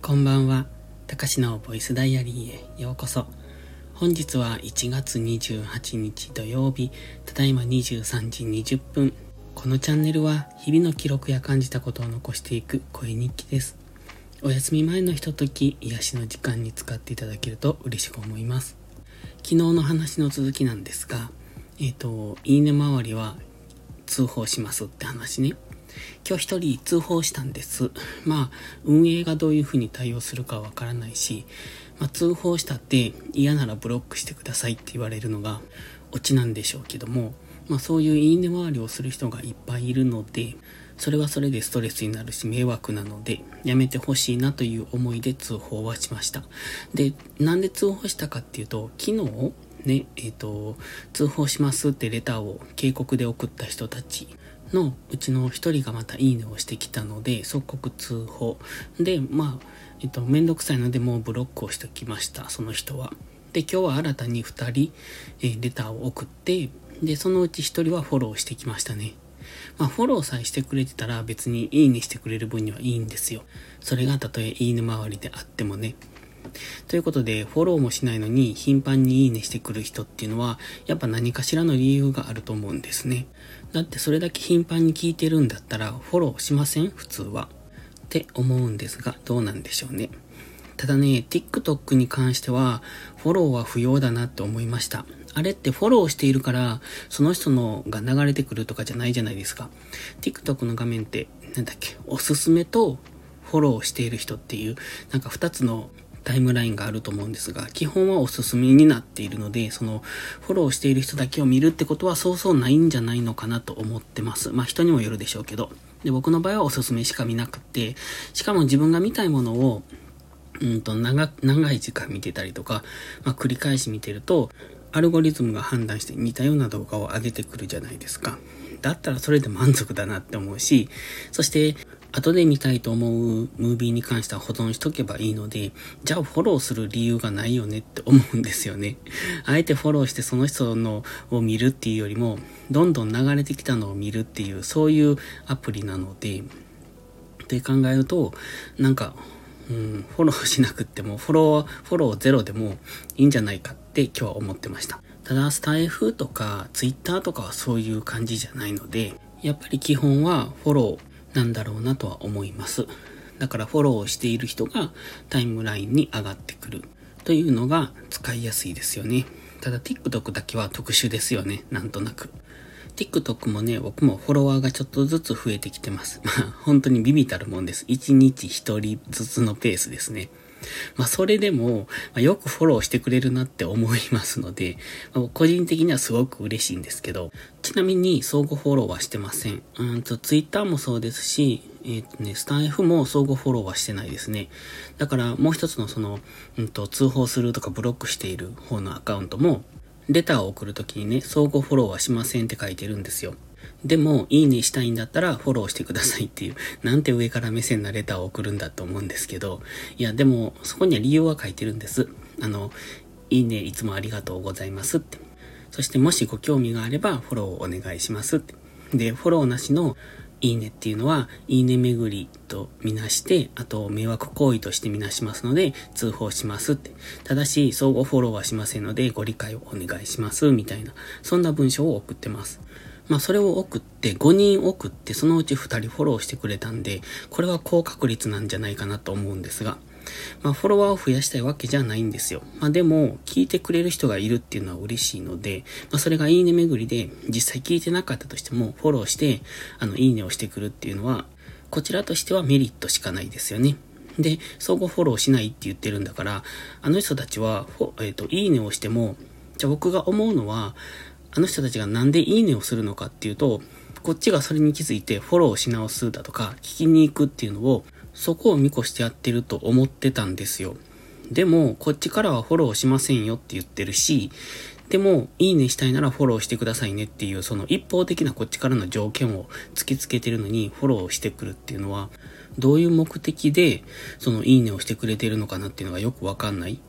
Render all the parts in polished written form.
こんばんは。たかしのボイスダイアリーへようこそ。本日は1月28日土曜日、ただいま23時20分。このチャンネルは日々の記録や感じたことを残していく声日記です。お休み前のひととき、癒しの時間に使っていただけると嬉しく思います。昨日の話の続きなんですが、いいね周りは通報しますって話ね。今日一人通報したんです。運営がどういうふうに対応するかわからないし、通報したって嫌ならブロックしてくださいって言われるのがオチなんでしょうけども、そういういいね回りをする人がいっぱいいるので、それはそれでストレスになるし迷惑なのでやめてほしいなという思いで通報はしました。で、なんで通報したかっていうと、昨日ね、通報しますってレターを警告で送った人たちのうちの一人がまたいいねをしてきたので即刻通報で、めんどくさいのでもうブロックをしてきました、その人は。で、今日は新たに2人、レターを送って、でそのうち1人はフォローしてきましたね。フォローさえしてくれてたら別にいいねしてくれる分にはいいんですよ。それがたとえいいね周りであってもね。ということで、フォローもしないのに頻繁にいいねしてくる人っていうのはやっぱ何かしらの理由があると思うんですね。だってそれだけ頻繁に聞いてるんだったらフォローしません？普通はって思うんですが、どうなんでしょうね。ただね、TikTok に関してはフォローは不要だなって思いました。あれってフォローしているからその人のが流れてくるとかじゃないじゃないですか。 TikTok の画面っておすすめとフォローしている人っていう2つのタイムラインがあると思うんですが、基本はおすすめになっているので、そのフォローしている人だけを見るってことはそうそうないんじゃないのかなと思ってます。人にもよるでしょうけど。で、僕の場合はおすすめしか見なくて、しかも自分が見たいものを長い時間見てたりとか、繰り返し見てるとアルゴリズムが判断して似たような動画を上げてくるじゃないですか。だったらそれで満足だなって思うし、そして後で見たいと思うムービーに関しては保存しとけばいいので、じゃあフォローする理由がないよねって思うんですよね。あえてフォローしてその人のを見るっていうよりも、どんどん流れてきたのを見るっていう、そういうアプリなので、って考えると、フォローしなくっても、フォローゼロでもいいんじゃないかって今日は思ってました。ただ、スタイフとかツイッターとかはそういう感じじゃないので、やっぱり基本はフォローなんだろうなとは思います。だからフォローしている人がタイムラインに上がってくるというのが使いやすいですよね。ただ TikTok だけは特殊ですよね、なんとなく。TikTok もね、僕もフォロワーがちょっとずつ増えてきてます。本当にビビたるもんです。1日1人ずつのペースですね。それでも、よくフォローしてくれるなって思いますので、個人的にはすごく嬉しいんですけど、ちなみに相互フォローはしてません。Twitter もそうですし、スタイフも相互フォローはしてないですね。だからもう一つの通報するとかブロックしている方のアカウントも、レターを送るときにね、相互フォローはしませんって書いてるんですよ。でも、いいねしたいんだったらフォローしてくださいっていう、なんて上から目線なレターを送るんだと思うんですけど、いや、でも、そこには理由は書いてるんです。いいねいつもありがとうございますって。そしてもしご興味があればフォローをお願いしますって。で、フォローなしのいいねっていうのは、いいね巡りとみなして、あと迷惑行為としてみなしますので、通報しますって。ただし、相互フォローはしませんので、ご理解をお願いします、みたいな、そんな文章を送ってます。それを送って、5人送って、そのうち2人フォローしてくれたんで、これは高確率なんじゃないかなと思うんですが、フォロワーを増やしたいわけじゃないんですよ。でも、聞いてくれる人がいるっていうのは嬉しいので、それがいいね巡りで、実際聞いてなかったとしても、フォローして、いいねをしてくるっていうのは、こちらとしてはメリットしかないですよね。で、相互フォローしないって言ってるんだから、あの人たちは、いいねをしても、じゃあ僕が思うのは、あの人たちがなんでいいねをするのかっていうと、こっちがそれに気づいてフォローし直すだとか、聞きに行くっていうのを、そこを見越してやってると思ってたんですよ。でも、こっちからはフォローしませんよって言ってるし、でも、いいねしたいならフォローしてくださいねっていう、その一方的なこっちからの条件を突きつけてるのにフォローしてくるっていうのは、どういう目的で、そのいいねをしてくれてるのかなっていうのがよくわかんない。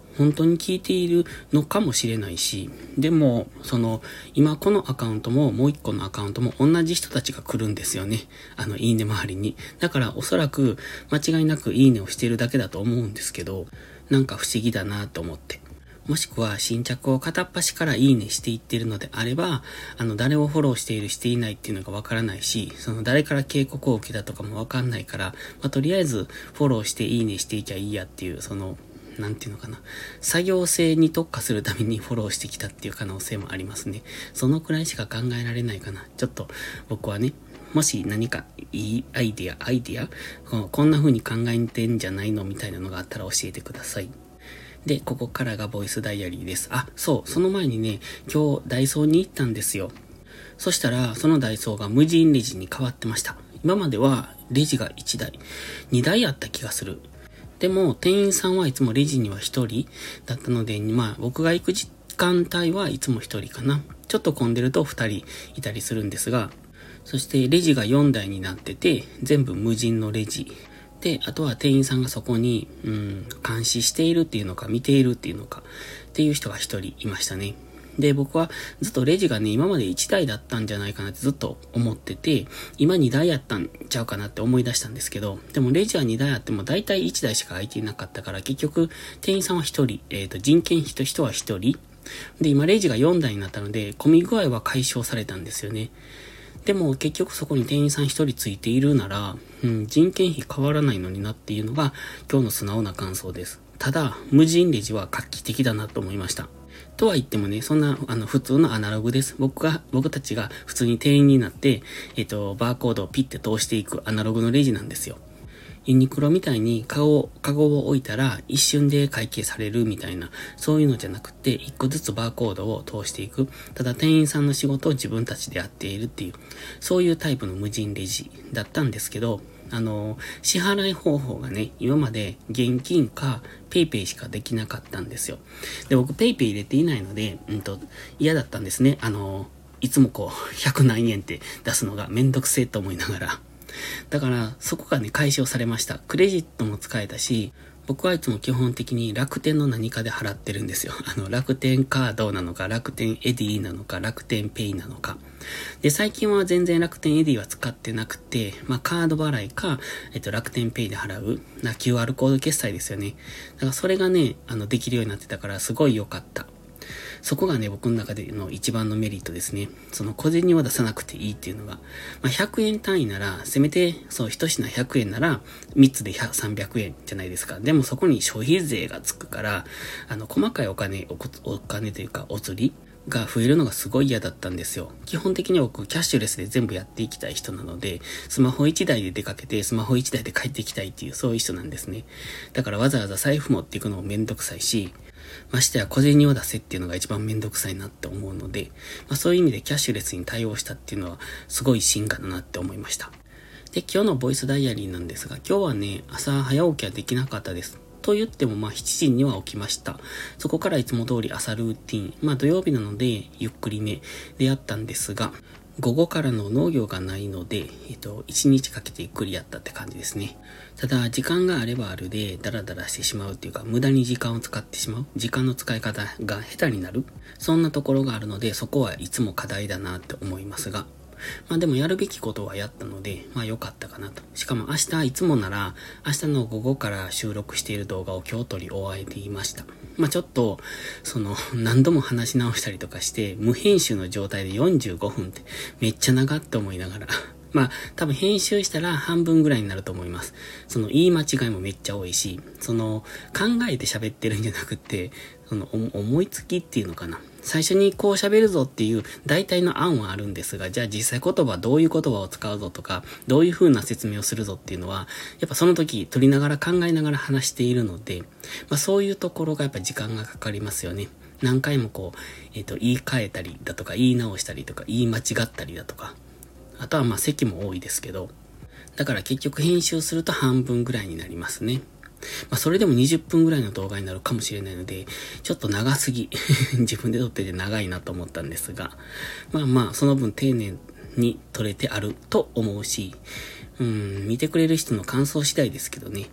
本当に聞いているのかもしれないし、でも、今このアカウントももう一個のアカウントも同じ人たちが来るんですよね。いいね周りに。だからおそらく間違いなくいいねをしているだけだと思うんですけど、なんか不思議だなと思って。もしくは新着を片っ端からいいねしていっているのであれば、誰をフォローしているしていないっていうのがわからないし、誰から警告を受けたとかもわかんないから、とりあえずフォローしていいねしていきゃいいやっていう、なんていうのかな。作業性に特化するためにフォローしてきたっていう可能性もありますね。そのくらいしか考えられないかな。ちょっと僕はね、もし何かいいアイディア、こんな風に考えてんじゃないのみたいなのがあったら教えてください。で、ここからがボイスダイアリーです。そう、その前にね、今日ダイソーに行ったんですよ。そしたら、そのダイソーが無人レジに変わってました。今まではレジが1台、2台あった気がする。でも、店員さんはいつもレジには1人だったので、僕が行く時間帯はいつも1人かな。ちょっと混んでると2人いたりするんですが、そしてレジが4台になってて、全部無人のレジ。で、あとは店員さんがそこに、監視しているっていうのか、見ているっていうのか、っていう人が一人いましたね。で、僕はずっとレジがね、今まで1台だったんじゃないかなってずっと思ってて、今2台やったんちゃうかなって思い出したんですけど、でもレジは2台あっても大体1台しか空いていなかったから、結局、店員さんは1人、人件費と人は1人。で、今レジが4台になったので、混み具合は解消されたんですよね。でも結局そこに店員さん一人ついているなら、人件費変わらないのになっていうのが今日の素直な感想です。ただ、無人レジは画期的だなと思いました。とは言ってもね、そんな、普通のアナログです。僕たちが普通に店員になって、バーコードをピッて通していくアナログのレジなんですよ。ユニクロみたいにカゴを置いたら一瞬で会計されるみたいな、そういうのじゃなくて、一個ずつバーコードを通していく。ただ店員さんの仕事を自分たちでやっているっていう、そういうタイプの無人レジだったんですけど、支払い方法がね、今まで現金かペイペイしかできなかったんですよ。で、僕ペイペイ入れていないので、嫌だったんですね。いつも100何円って出すのがめんどくせえと思いながら。だから、そこがね、解消されました。クレジットも使えたし、僕はいつも基本的に楽天の何かで払ってるんですよ。楽天カードなのか、楽天エディなのか、楽天ペイなのか。で、最近は全然楽天エディは使ってなくて、カード払いか、楽天ペイで払う、QR コード決済ですよね。だからそれがね、できるようになってたから、すごい良かった。そこがね、僕の中での一番のメリットですね。小銭は出さなくていいっていうのが。100円単位なら、せめて、一品100円なら、3つで300円じゃないですか。でもそこに消費税がつくから、細かいお金というか、お釣りが増えるのがすごい嫌だったんですよ。基本的に僕、キャッシュレスで全部やっていきたい人なので、スマホ1台で出かけて、スマホ1台で帰ってきたいっていう、そういう人なんですね。だからわざわざ財布持っていくのもめんどくさいし、ましてや小銭を出せっていうのが一番めんどくさいなって思うので、そういう意味でキャッシュレスに対応したっていうのはすごい進化だなって思いました。で、今日のボイスダイアリーなんですが、今日はね、朝早起きはできなかったです。と言っても7時には起きました。そこからいつも通り朝ルーティン、土曜日なのでゆっくりめでやったんですが、午後からの農業がないので、1日かけてゆっくりやったって感じですね。ただ、時間があればあるで、ダラダラしてしまうっていうか、無駄に時間を使ってしまう。時間の使い方が下手になる。そんなところがあるので、そこはいつも課題だなって思いますが、でもやるべきことはやったので、良かったかなと。しかも明日いつもなら、明日の午後から収録している動画を今日撮り終えていました。ちょっと、何度も話し直したりとかして、無編集の状態で45分ってめっちゃ長って思いながら。多分編集したら半分ぐらいになると思います。言い間違いもめっちゃ多いし、考えて喋ってるんじゃなくて、思いつきっていうのかな。最初にこう喋るぞっていう大体の案はあるんですが、じゃあ実際どういう言葉を使うぞとか、どういう風な説明をするぞっていうのは、やっぱその時撮りながら考えながら話しているので、そういうところがやっぱ時間がかかりますよね。何回も言い換えたりだとか、言い直したりとか、言い間違ったりだとか、あとは席も多いですけど、だから結局編集すると半分ぐらいになりますね。それでも20分ぐらいの動画になるかもしれないので、ちょっと長すぎ。自分で撮ってて長いなと思ったんですが、その分丁寧に撮れてあると思うし、見てくれる人の感想次第ですけどね。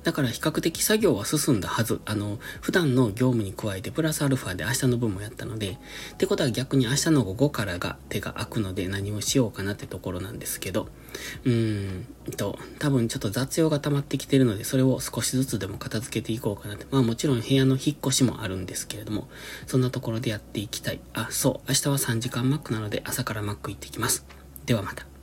だから比較的作業は進んだはず。普段の業務に加えてプラスアルファで明日の分もやったので、ってことは逆に明日の午後からが手が空くので何をしようかなってところなんですけど、多分ちょっと雑用が溜まってきてるので、それを少しずつでも片付けていこうかなって。まあもちろん部屋の引っ越しもあるんですけれども、そんなところでやっていきたい。そう、明日は3時間マックなので朝からマック行ってきます。ではまた。